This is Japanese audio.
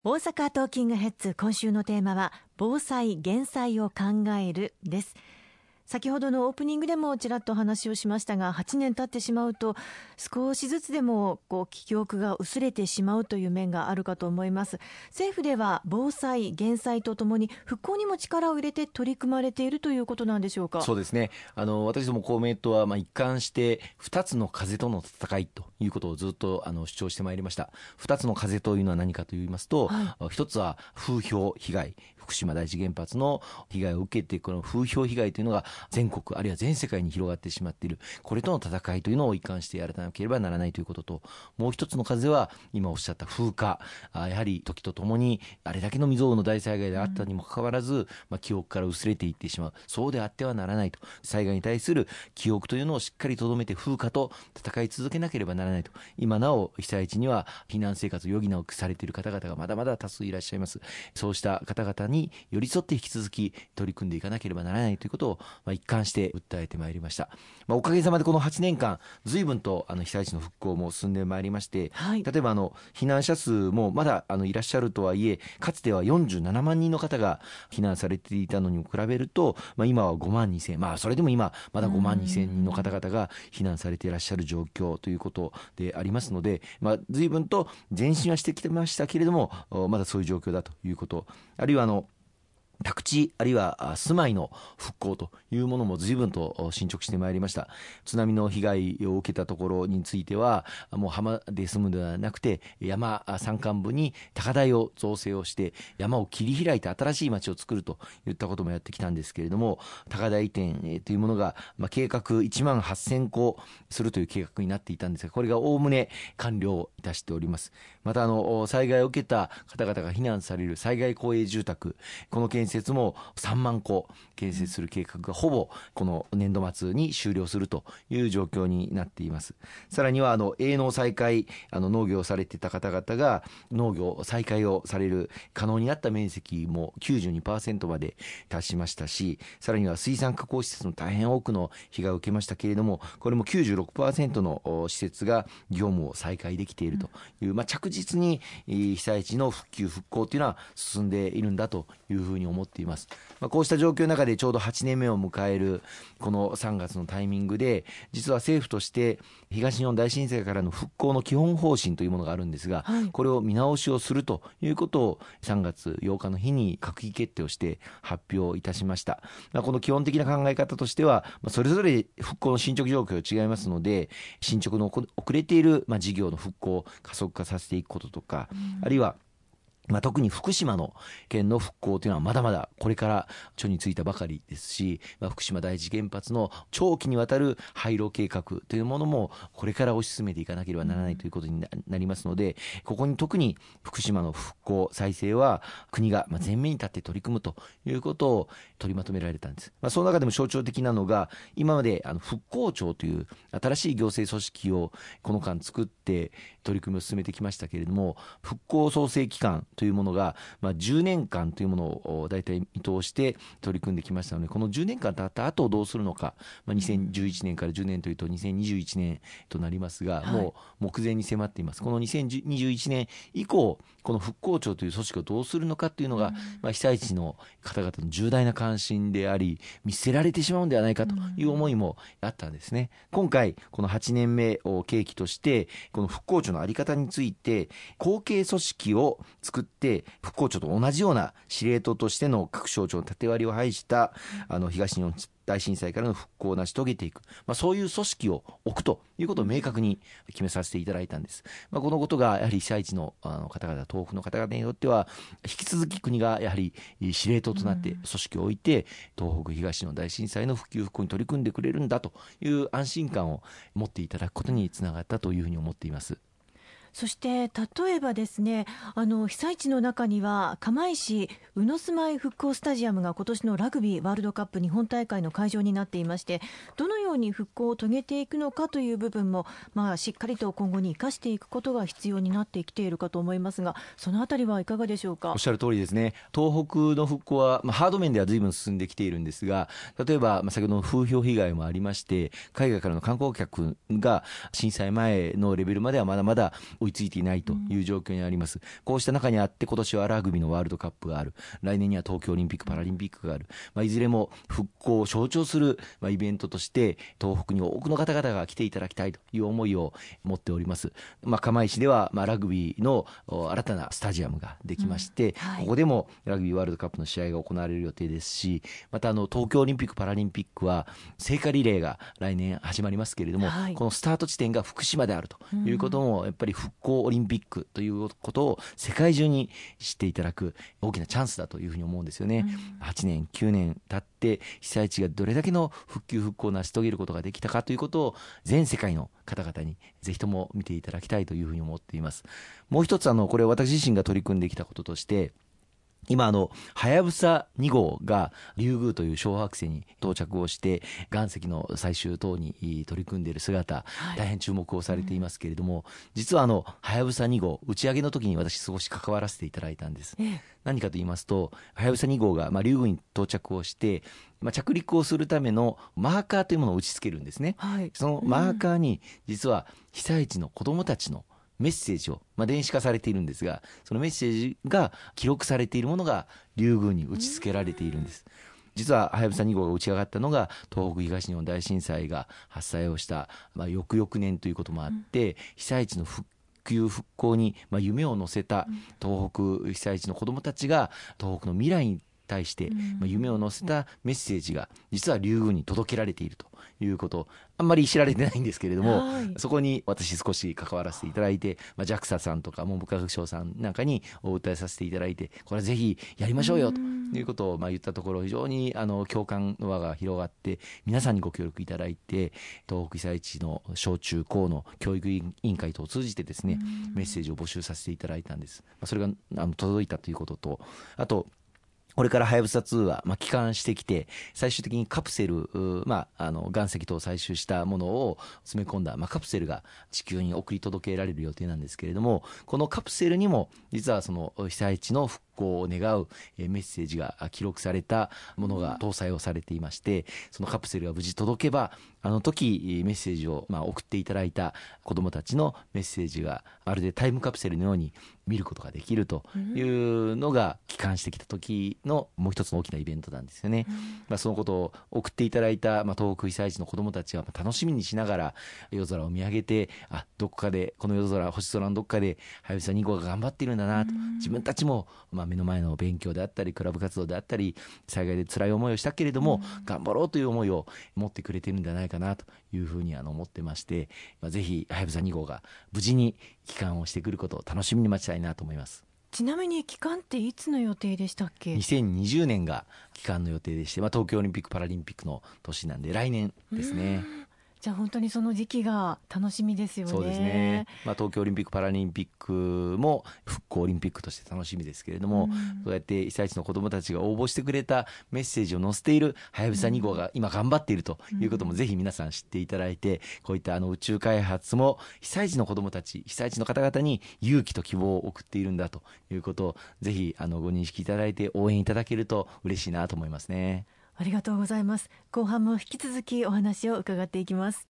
大阪トーキングヘッズ、今週のテーマは防災・減災を考えるです。先ほどのオープニングでもちらっと話をしましたが、8年経ってしまうと少しずつでも記憶が薄れてしまうという面があるかと思います。政府では防災・減災とともに復興にも力を入れて取り組まれているということなんでしょうか。 そうですね。私ども公明党は一貫して2つの風との戦いということをずっと主張してまいりました。2つの風というのは何かと言いますと、一つは風評被害、福島第一原発の被害を受けて、この風評被害というのが全国あるいは全世界に広がってしまっている、これとの戦いというのを一貫してやらなければならないということと、もう一つの風は今おっしゃった風化、やはり時とともにあれだけの未曾有の大災害であったにもかかわらず、記憶から薄れていってしまう、そうであってはならないと、災害に対する記憶というのをしっかりとどめて風化と戦い続けなければならないと。今なお被災地には避難生活を余儀なくされている方々がまだまだ多数いらっしゃいます。そうした方々に寄り添って引き続き取り組んでいかなければならないということを一貫して訴えてまいりました。おかげさまでこの8年間随分と被災地の復興も進んでまいりまして、例えば避難者数もまだいらっしゃるとはいえ、かつては47万人の方が避難されていたのに比べると、今は5万2千、それでも今まだ5万2千人の方々が避難されていらっしゃる状況ということでありますので、随分と前進はしてきてましたけれども、まだそういう状況だということ、あるいは宅地あるいは住まいの復興というものも随分と進捗してまいりました。津波の被害を受けたところについては、もう浜で住むのではなくて山山間部に高台を造成をして山を切り開いて新しい町を作るといったこともやってきたんですけれども、高台移転というものが計画1万8000戸するという計画になっていたんですが、これがおおむね完了いたしております。また災害を受けた方々が避難される災害公営住宅、この建設も3万戸建設する計画がほぼこの年度末に終了するという状況になっています。さらには営農再開、農業をされていた方々が農業再開をされる可能になった面積も 92% まで達しましたし、さらには水産加工施設の大変多くの被害を受けましたけれども、これも 96% の施設が業務を再開できているという、着実に被災地の復旧復興というのは進んでいるんだというふうに思っています。こうした状況の中でちょうど8年目を迎えるこの3月のタイミングで、実は政府として東日本大震災からの復興の基本方針というものがあるんですが、これを見直しをするということを3月8日の日に閣議決定をして発表いたしました。この基本的な考え方としては、それぞれ復興の進捗状況が違いますので、進捗の遅れている事業の復興を加速化させていくこととか、あるいは特に福島の県の復興というのはまだまだこれから緒についたばかりですし、福島第一原発の長期にわたる廃炉計画というものもこれから推し進めていかなければならないということになりますので、ここに特に福島の復興再生は国が前面に立って取り組むということを取りまとめられたんです。その中でも象徴的なのが、今まで復興庁という新しい行政組織をこの間作って取り組みを進めてきましたけれども、復興創生期間というものが10年間というものを大体見通して取り組んできましたので、この10年間経った後どうするのか、2011年から10年というと2021年となりますが、もう目前に迫っています。この2021年以降、この復興庁という組織をどうするのかというのが、被災地の方々の重大な関心であり、見捨てられてしまうんではないかという思いもあったんですね。今回この8年目を契機として、この復興庁の在り方について後継組織を作って、復興庁と同じような司令塔としての各省庁の縦割りを排した東日本大震災からの復興を成し遂げていく、そういう組織を置くということを明確に決めさせていただいたんです。このことがやはり被災地の方々、東北の方々にとっては引き続き国がやはり司令塔となって組織を置いて、東北東日本大震災の復旧復興に取り組んでくれるんだという安心感を持っていただくことにつながったというふうに思っています。 そして例えばですね、被災地の中には釜石鵜住居復興スタジアムが今年のラグビーワールドカップ日本大会の会場になっていまして、どのように復興を遂げていくのかという部分も、しっかりと今後に生かしていくことが必要になってきているかと思いますが、そのあたりはいかがでしょうか。 おっしゃる通りですね。東北の復興は、ハード面では随分進んできているんですが、例えば、先ほどの風評被害もありまして、海外からの観光客が震災前のレベルまではまだまだ追いついていないという状況にあります。こうした中にあって、今年はラグビーのワールドカップがある、来年には東京オリンピック・パラリンピックがある、いずれも復興を象徴する、イベントとして東北に多くの方々が来ていただきたいという思いを持っております。釜石では、ラグビーの新たなスタジアムができまして、ここでもラグビーワールドカップの試合が行われる予定ですし、また東京オリンピック・パラリンピックは聖火リレーが来年始まりますけれども、このスタート地点が福島であるということも、やっぱり復興オリンピックということを世界中に知っていただく大きなチャンスだというふうに思うんですよね。8年9年経って被災地がどれだけの復旧復興を成し遂げることができたかということを全世界の方々にぜひとも見ていただきたいというふうに思っています。もう一つこれ私自身が取り組んできたこととして、今はやぶさ2号がリュウグウという小惑星に到着をして岩石の採集等に取り組んでいる姿、大変注目をされていますけれども、実ははやぶさ2号打ち上げの時に私少し関わらせていただいたんです。何かと言いますと、はやぶさ2号がリュウグウに到着をして、着陸をするためのマーカーというものを打ち付けるんですね。そのマーカーに実は被災地の子どもたちのメッセージを、電子化されているんですが、そのメッセージが記録されているものがリュウグウに打ち付けられているんです。実ははやぶさ2号が打ち上がったのが東北東日本大震災が発災をした、翌々年ということもあって、被災地の復旧復興に、夢を乗せた東北被災地の子どもたちが東北の未来に対して夢を乗せたメッセージが実はリュウグウに届けられているということ、あんまり知られてないんですけれども、そこに私少し関わらせていただいて、JAXA さんとか文部科学省さんなんかにお訴えさせていただいて、これはぜひやりましょうよということを言ったところ、非常に共感の輪が広がって皆さんにご協力いただいて、東北被災地の小中高の教育委員会等を通じてですね、メッセージを募集させていただいたんです。それが届いたということと、あとこれからはやぶさ2は帰還してきて、最終的にカプセル、岩石等を採集したものを詰め込んだ、カプセルが地球に送り届けられる予定なんですけれども、このカプセルにも実はその被災地の復興を願うメッセージが記録されたものが搭載をされていまして、そのカプセルが無事届けば、時メッセージを送っていただいた子どもたちのメッセージがまるでタイムカプセルのように見ることができるというのが帰還してきた時のもう一つの大きなイベントなんですよね。そのことを送っていただいた、東北被災地の子どもたちは楽しみにしながら夜空を見上げて、どこかでこの夜空、星空のどこかではやぶさ2号が頑張っているんだなと、自分たちも目の前の勉強であったりクラブ活動であったり災害で辛い思いをしたけれども、頑張ろうという思いを持ってくれているんじゃないかなというふうに思ってまして、ぜひはやぶさ2号が無事に帰還をしてくることを楽しみに待ちたいなと思います。 ちなみに帰還っていつの予定でしたっけ ？2020年が帰還の予定でして、東京オリンピック・パラリンピックの年なんで来年ですね。 じゃあ本当にその時期が楽しみですよね。 そうですね。東京オリンピック・パラリンピックも復興オリンピックとして楽しみですけれども、そうやって被災地の子どもたちが応募してくれたメッセージを載せているはやぶさ2号が今頑張っているということもぜひ皆さん知っていただいて、こういった宇宙開発も被災地の子どもたち、被災地の方々に勇気と希望を送っているんだということをぜひご認識いただいて応援いただけると嬉しいなと思いますね。 ありがとうございます。後半も引き続きお話を伺っていきます。